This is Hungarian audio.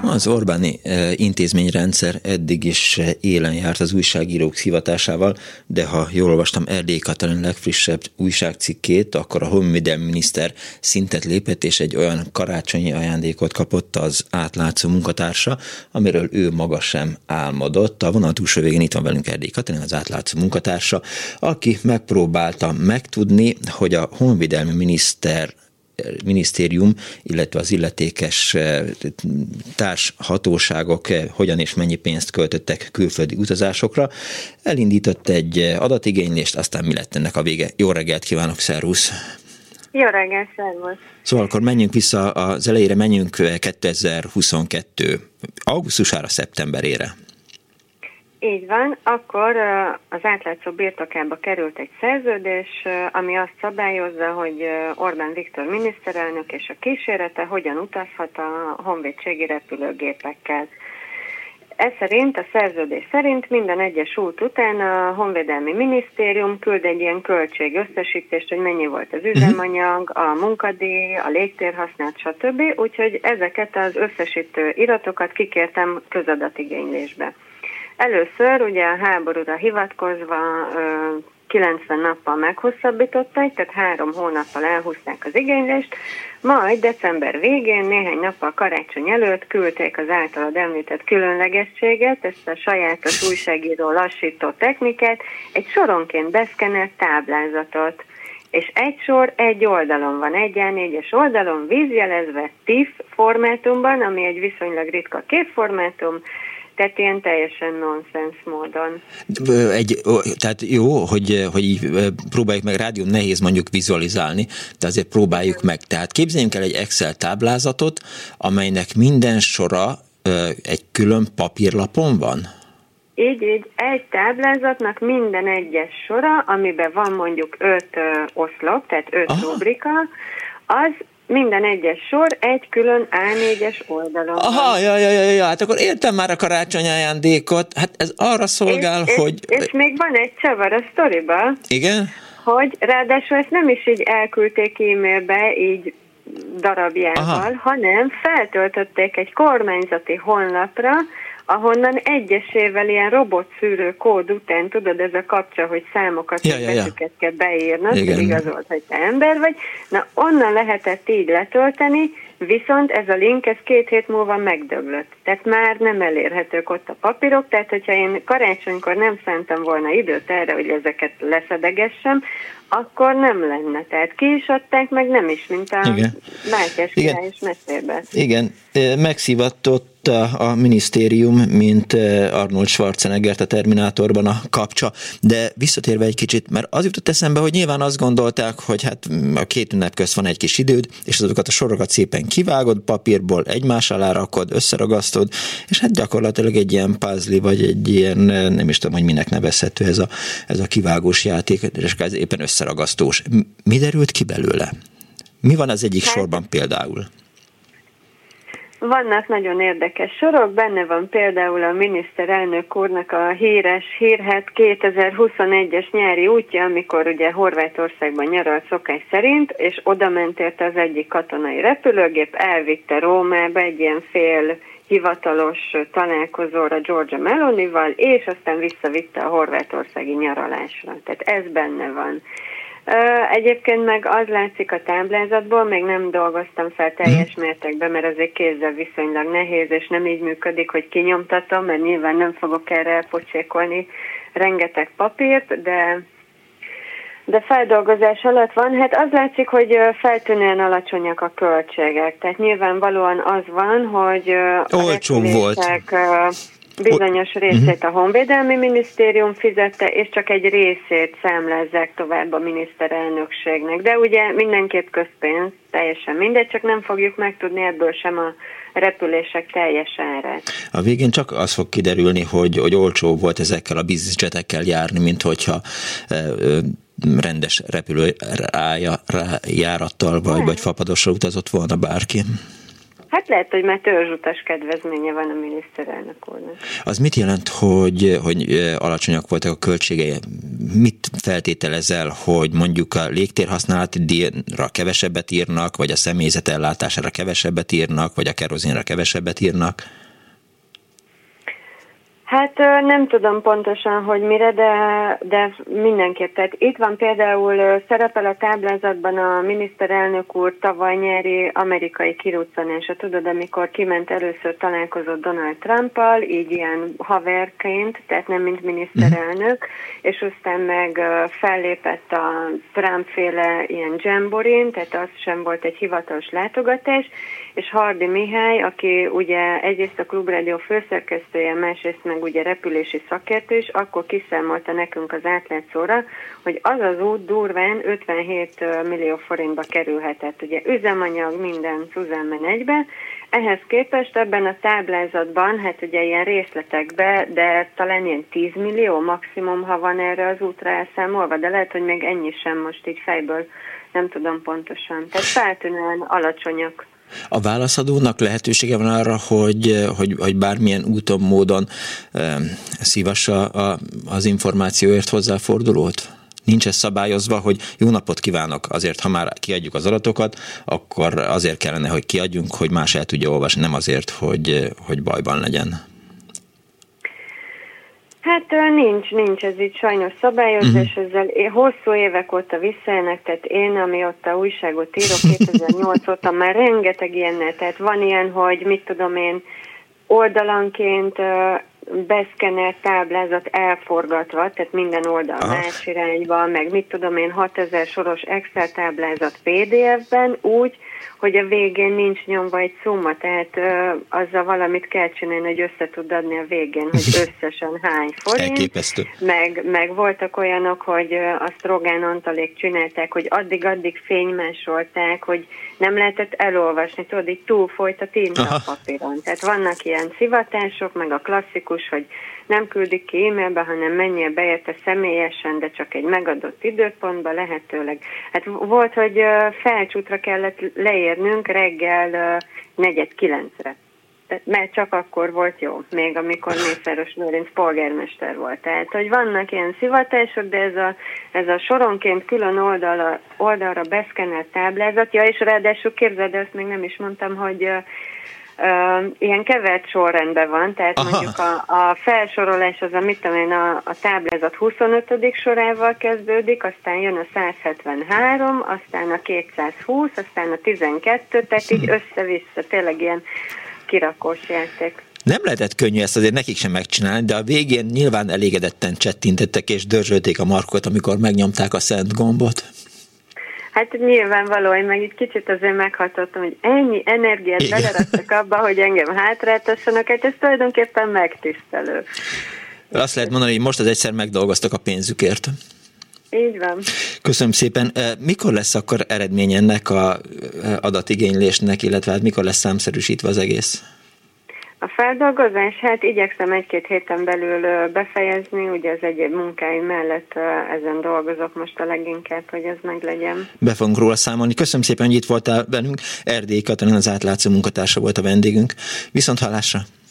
Az Orbáni intézményrendszer eddig is élen járt az újságírók hivatásával, de ha jól olvastam Erdélyi Katalin legfrissebb újságcikkét, akkor a honvédelmi miniszter szintet lépett, és egy olyan karácsonyi ajándékot kapott az átlátszó munkatársa, amiről ő maga sem álmodott. A vonal túlsó végén itt van velünk Erdélyi Katalin, az átlátszó munkatársa, aki megpróbálta megtudni, hogy a honvédelmi minisztérium, illetve az illetékes társhatóságok hogyan és mennyi pénzt költöttek külföldi utazásokra. Elindított egy adatigénylést, aztán mi lett ennek a vége. Jó reggelt kívánok, szervusz! Jó reggelt, szervusz! Szóval akkor menjünk vissza az elejére, menjünk 2022. augusztusára, szeptemberére. Így van, akkor az átlátszó birtokába került egy szerződés, ami azt szabályozza, hogy Orbán Viktor miniszterelnök és a kísérete hogyan utazhat a honvédségi repülőgépekkel. Ez szerint, a szerződés szerint minden egyes út után a Honvédelmi Minisztérium küld egy ilyen költségösszesítést, hogy mennyi volt az üzemanyag, a munkadíj, a légtérhasználat, stb. Úgyhogy ezeket az összesítő iratokat kikértem közadatigénylésbe. Először ugye a háborúra hivatkozva 90 nappal meghosszabbították, tehát 3 hónappal elhúzták az igénylést, majd december végén, néhány nappal karácsony előtt küldték az általad említett különlegességet, ezt a sajátos újságíró lassító technikát, egy soronként beszkenelt táblázatot. És egy sor egy oldalon van, 1A4-es oldalon vízjelezve TIFF formátumban, ami egy viszonylag ritka képformátum, tehát ilyen teljesen nonsens módon. Tehát jó, hogy így próbáljuk meg, rádión nehéz mondjuk vizualizálni, de azért próbáljuk meg. Tehát képzeljünk el egy Excel táblázatot, amelynek minden sora egy külön papírlapon van? Így, egy táblázatnak minden egyes sora, amiben van mondjuk 5 oszlop, tehát 5 rubrika, az minden egyes sor egy külön A4-es oldalon. Aha, ja, hát akkor értem már a karácsony ajándékot. Hát ez arra szolgál, hogy... És még van egy csavar a sztoriba. Igen? Hogy ráadásul ezt nem is így elküldték e-mailbe, így darabjával, hanem feltöltötték egy kormányzati honlapra, ahonnan egyesével ilyen robotszűrő kód után, tudod, ez a kapcsa, hogy számokat, betűket kell beírnod, hogy igazolt, hogy te ember vagy. Na, onnan lehetett így letölteni, viszont ez a link, ez 2 hét múlva megdöglött. Tehát már nem elérhetők ott a papírok, tehát hogyha én karácsonykor nem szántam volna időt erre, hogy ezeket leszedegessem, akkor nem lenne. Tehát ki is adták, meg nem is, mint a Mátyás király és mesélbe. Igen, megszívatott a minisztérium, mint Arnold Schwarzeneggert a Terminátorban a kapcsa, de visszatérve egy kicsit, mert az jutott eszembe, hogy nyilván azt gondolták, hogy hát a 2 ünnep közt van egy kis időd, és azokat a sorokat szépen kivágod, papírból egymás alá rakod, összeragasztod, és hát gyakorlatilag egy ilyen puzzle, vagy egy ilyen, nem is tudom, hogy minek nevezhető ez a kivágós játék, és ez éppen összeragasztós. Mi derült ki belőle? Mi van az egyik sorban például? Vannak nagyon érdekes sorok, benne van például a miniszterelnök úrnak a hírhet 2021-es nyári útja, amikor ugye Horvátországban nyaralt szokás szerint, és oda ment érte az egyik katonai repülőgép, elvitte Rómába egy ilyen fél hivatalos találkozóra Giorgia Melonival, és aztán visszavitte a horvátországi nyaralásra. Tehát ez benne van. Egyébként meg az látszik a táblázatból, még nem dolgoztam fel teljes mértékben, mert azért kézzel viszonylag nehéz, és nem így működik, hogy kinyomtatom, mert nyilván nem fogok erre elpocsékolni rengeteg papírt, de feldolgozás alatt van. Hát az látszik, hogy feltűnően alacsonyak a költségek. Tehát nyilvánvalóan az van, hogy olcsóbb volt. Bizonyos részét a Honvédelmi Minisztérium fizette, és csak egy részét számlázzák tovább a miniszterelnökségnek. De ugye mindenképp közpénz, teljesen mindegy, csak nem fogjuk megtudni ebből sem a repülések teljes árát. A végén csak az fog kiderülni, hogy olcsó volt ezekkel a businessjetekkel járni, mint hogyha rendes repülőjárattal vagy fapadossal utazott volna bárki. Hát lehet, hogy már törzsutas kedvezménye van a miniszterelnök úrnak. Az mit jelent, hogy alacsonyak voltak a költségei? Mit feltételezel, hogy mondjuk a légtérhasználatra kevesebbet írnak, vagy a személyzet ellátására kevesebbet írnak, vagy a kerozinra kevesebbet írnak? Hát nem tudom pontosan, hogy mire, de mindenképp. Tehát itt van például, szerepel a táblázatban a miniszterelnök úr tavaly nyári amerikai kiruccanása. Tudod, amikor kiment először találkozott Donald Trumpal, így ilyen haverként, tehát nem mint miniszterelnök, és aztán meg fellépett a Trump-féle ilyen jamborin, tehát az sem volt egy hivatalos látogatás, és Hardy Mihály, aki ugye egyrészt a Klubrádió főszerkesztője, másrészt meg ugye repülési szakértő is, akkor kiszámolta nekünk az átlátszóra, hogy az az út durván 57 millió forintba kerülhetett. Ugye üzemanyag, minden Szuzanmen egybe. Ehhez képest ebben a táblázatban, hát ugye ilyen részletekben, de talán ilyen 10 millió maximum, ha van erre az útra elszámolva, de lehet, hogy még ennyi sem most így fejből, nem tudom pontosan. Tehát feltűnően alacsonyak. A válaszadónak lehetősége van arra, hogy bármilyen úton, módon szívassa az információért hozzáfordulót? Nincs ez szabályozva, hogy jó napot kívánok, azért, ha már kiadjuk az adatokat, akkor azért kellene, hogy kiadjunk, hogy más el tudja olvasni, nem azért, hogy bajban legyen. Hát nincs ez így sajnos szabályozva, és ezzel hosszú évek óta visszaélnek, tehát én, amióta újságot írok, 2008 óta már rengeteg ilyennel, tehát van ilyen, hogy mit tudom én, oldalanként beszkenelt táblázat elforgatva, tehát minden oldal más irányba, meg mit tudom én, 6000 soros Excel táblázat PDF-ben úgy, hogy a végén nincs nyomva egy szumma, tehát azzal valamit kell csinálni, hogy össze tud adni a végén, hogy összesen hány forint. Elképesztő. Meg voltak olyanok, hogy azt Rogán Antalék csinálták, hogy addig fénymásolták, hogy nem lehetett elolvasni, tudod, így túlfolyt a tinta a papíron. Tehát vannak ilyen szivatások, meg a klasszikus, hogy nem küldik ki e-mailbe, hanem menjél be érte személyesen, de csak egy megadott időpontban lehetőleg. Hát volt, hogy Felcsútra kellett leérnünk reggel 8:45-re. Mert csak akkor volt jó, még amikor Mészáros Lőrinc polgármester volt. Tehát, hogy vannak ilyen szivatások, de ez a soronként külön oldalra beszkenelt táblázat, ja, és ráadásul képzeld, de azt még nem is mondtam, hogy ilyen kevert sorrendben van, tehát mondjuk a felsorolás az, amit tudom én, a táblázat 25. sorával kezdődik, aztán jön a 173, aztán a 220, aztán a 12, tehát így össze-vissza, tényleg ilyen kirakós játék. Nem lehetett könnyű ezt azért nekik sem megcsinálni, de a végén nyilván elégedetten csettintettek és dörzsölték a markot, amikor megnyomták a szent gombot. Hát nyilvánvaló, én meg egy kicsit azért meghatottam, hogy ennyi energiát beleraktak abba, hogy engem hátráltassanak, hát ez tulajdonképpen megtisztelő. Azt lehet mondani, hogy most az egyszer megdolgoztak a pénzükért. Így van. Köszönöm szépen. Mikor lesz akkor eredmény ennek a adatigénylésnek, illetve hát mikor lesz számszerűsítve az egész? A feldolgozás, hát igyekszem 1-2 héten belül befejezni, ugye az egyéb munkáim mellett ezen dolgozok most a leginkább, hogy ez meglegyen. Be fogunk róla számolni. Köszönöm szépen, hogy itt voltál velünk. Erdélyi Katalin, az átlátszó munkatársa volt a vendégünk. Viszont hallásra!